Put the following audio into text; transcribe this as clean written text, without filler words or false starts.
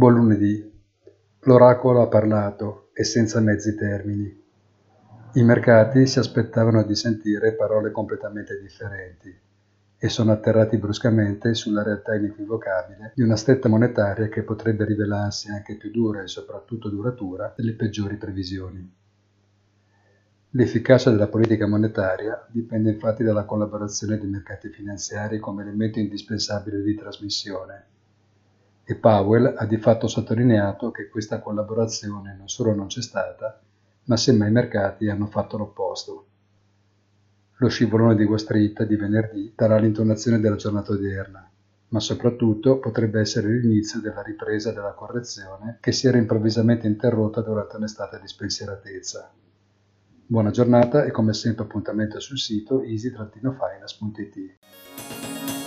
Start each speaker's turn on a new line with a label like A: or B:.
A: Buon lunedì. L'oracolo ha parlato e senza mezzi termini. I mercati si aspettavano di sentire parole completamente differenti e sono atterrati bruscamente sulla realtà inequivocabile di una stretta monetaria che potrebbe rivelarsi anche più dura e soprattutto duratura delle peggiori previsioni. L'efficacia della politica monetaria dipende infatti dalla collaborazione dei mercati finanziari come elemento indispensabile di trasmissione. E Powell ha di fatto sottolineato che questa collaborazione non solo non c'è stata, ma semmai i mercati hanno fatto l'opposto. Lo scivolone di Wall Street di venerdì darà l'intonazione della giornata odierna, ma soprattutto potrebbe essere l'inizio della ripresa della correzione che si era improvvisamente interrotta durante un'estate di spensieratezza. Buona giornata e come sempre appuntamento sul sito easy-finance.it.